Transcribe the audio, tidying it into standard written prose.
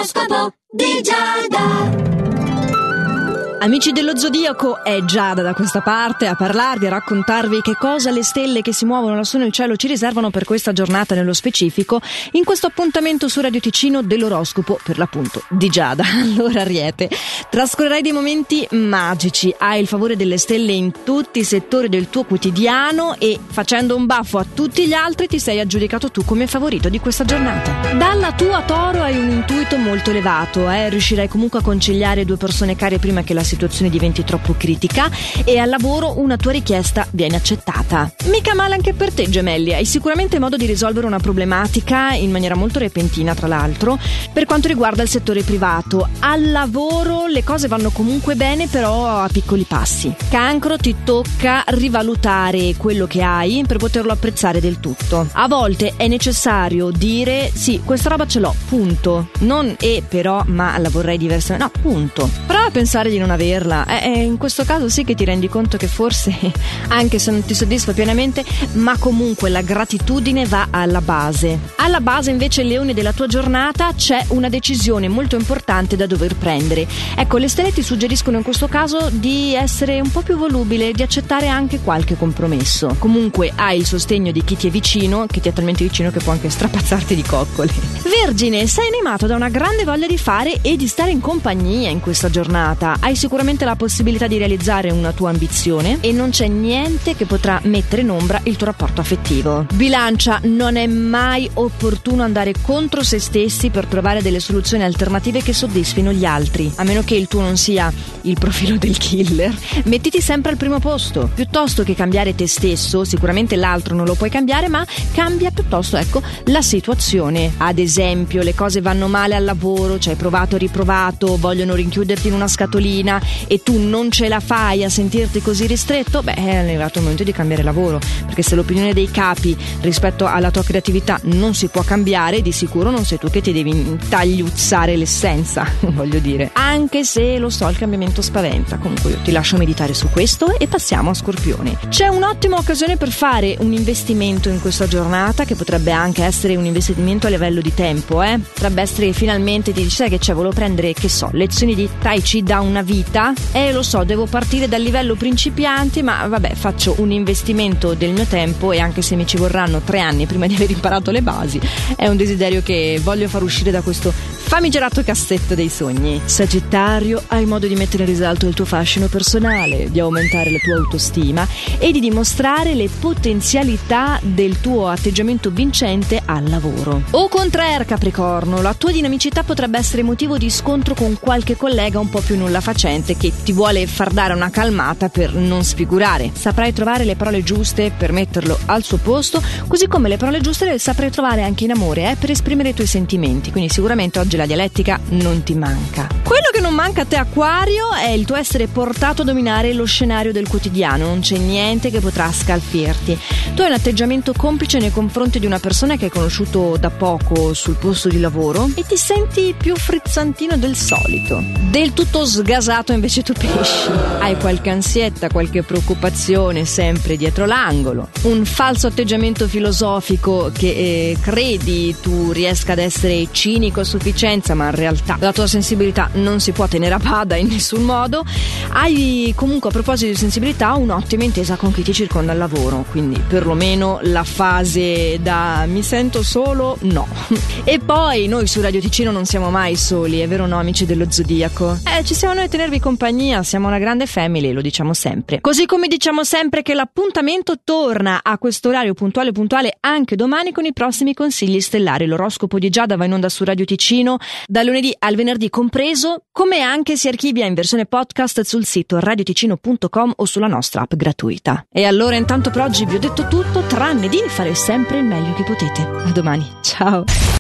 L'oroscopo di Giada. Amici dello Zodiaco, è Giada da questa parte a parlarvi, a raccontarvi che cosa le stelle che si muovono lassù nel cielo ci riservano per questa giornata nello specifico, in questo appuntamento su Radio Ticino dell'oroscopo, per l'appunto, di Giada. Allora Ariete, trascorrerai dei momenti magici, hai il favore delle stelle in tutti i settori del tuo quotidiano e, facendo un baffo a tutti gli altri, ti sei aggiudicato tu come favorito di questa giornata. Dalla tua Toro hai un intuito molto elevato, riuscirai comunque a conciliare due persone care prima che la situazione diventi troppo critica, e al lavoro una tua richiesta viene accettata. Mica male anche per te, Gemelli, hai sicuramente modo di risolvere una problematica in maniera molto repentina, tra l'altro. Per quanto riguarda il settore privato, al lavoro le cose vanno comunque bene, però a piccoli passi. Cancro, ti tocca rivalutare quello che hai per poterlo apprezzare del tutto. A volte è necessario dire sì, questa roba ce l'ho, punto. Non però, ma la vorrei diversamente. No, punto. Prova a pensare di non averla. In questo caso sì che ti rendi conto che forse, anche se non ti soddisfa pienamente, ma comunque la gratitudine va alla base. Alla base invece, Leone, della tua giornata c'è una decisione molto importante da dover prendere. Ecco, le stelle ti suggeriscono in questo caso di essere un po' più volubile, di accettare anche qualche compromesso. Comunque hai il sostegno di chi ti è vicino, che ti è talmente vicino che può anche strapazzarti di coccole. Vergine, sei animato da una grande voglia di fare e di stare in compagnia in questa giornata. Hai sicuramente la possibilità di realizzare una tua ambizione e non c'è niente che potrà mettere in ombra il tuo rapporto affettivo. Bilancia, non è mai opportuno andare contro se stessi per trovare delle soluzioni alternative che soddisfino gli altri, a meno che il tuo non sia il profilo del killer. Mettiti sempre al primo posto, piuttosto che cambiare te stesso. Sicuramente l'altro non lo puoi cambiare, ma cambia piuttosto, la situazione. Ad esempio, le cose vanno male al lavoro, ci hai provato e riprovato, vogliono rinchiuderti in una scatolina e tu non ce la fai a sentirti così ristretto, è arrivato il momento di cambiare lavoro, perché se l'opinione dei capi rispetto alla tua creatività non si può cambiare, di sicuro non sei tu che ti devi tagliuzzare l'essenza, voglio dire. Anche se lo so, il cambiamento spaventa. Comunque io ti lascio meditare su questo e passiamo a Scorpione. C'è un'ottima occasione per fare un investimento in questa giornata, che potrebbe anche essere un investimento a livello di tempo, potrebbe essere che finalmente ti dici, sai che c'è, volevo prendere, che so, lezioni di Tai Chi da una vita, lo so, devo partire dal livello principianti, ma vabbè, faccio un investimento del mio tempo, e anche se mi ci vorranno 3 anni prima di aver imparato le basi, è un desiderio che voglio far uscire da questo famigerato cassetto dei sogni. Sagittario, hai modo di mettere in risalto il tuo fascino personale, di aumentare la tua autostima e di dimostrare le potenzialità del tuo atteggiamento vincente al lavoro. O contrario, Capricorno, la tua dinamicità potrebbe essere motivo di scontro con qualche collega un po' più nullafacente che ti vuole far dare una calmata per non sfigurare. Saprai trovare le parole giuste per metterlo al suo posto, così come le parole giuste le saprai trovare anche in amore, per esprimere i tuoi sentimenti. Quindi sicuramente oggi la dialettica non ti manca. Quello che non manca a te, Acquario, è il tuo essere portato a dominare lo scenario del quotidiano. Non c'è niente che potrà scalfirti. Tu hai un atteggiamento complice nei confronti di una persona che hai conosciuto da poco sul posto di lavoro e ti senti più frizzantino del solito. Del tutto sgasato invece tu pesci. Hai qualche ansietta, qualche preoccupazione sempre dietro l'angolo, un falso atteggiamento filosofico che credi tu riesca ad essere cinico a sufficienza, ma in realtà la tua sensibilità non si può tenere a bada in nessun modo. Hai comunque, a proposito di sensibilità, un'ottima intesa con chi ti circonda al lavoro, quindi perlomeno la fase da mi sento solo, no. E poi noi su Radio Ticino non siamo mai soli, è vero, no, amici dello Zodiaco? Ci siamo noi a tenervi compagnia, siamo una grande family, lo diciamo sempre. Così come diciamo sempre che l'appuntamento torna a questo orario puntuale anche domani con i prossimi consigli stellari. L'oroscopo di Giada va in onda su Radio Ticino da lunedì al venerdì compreso, come anche si archivia in versione podcast sul sito radioticino.com o sulla nostra app gratuita. E allora intanto per oggi vi ho detto tutto, tranne di fare sempre il meglio che potete. A domani, ciao!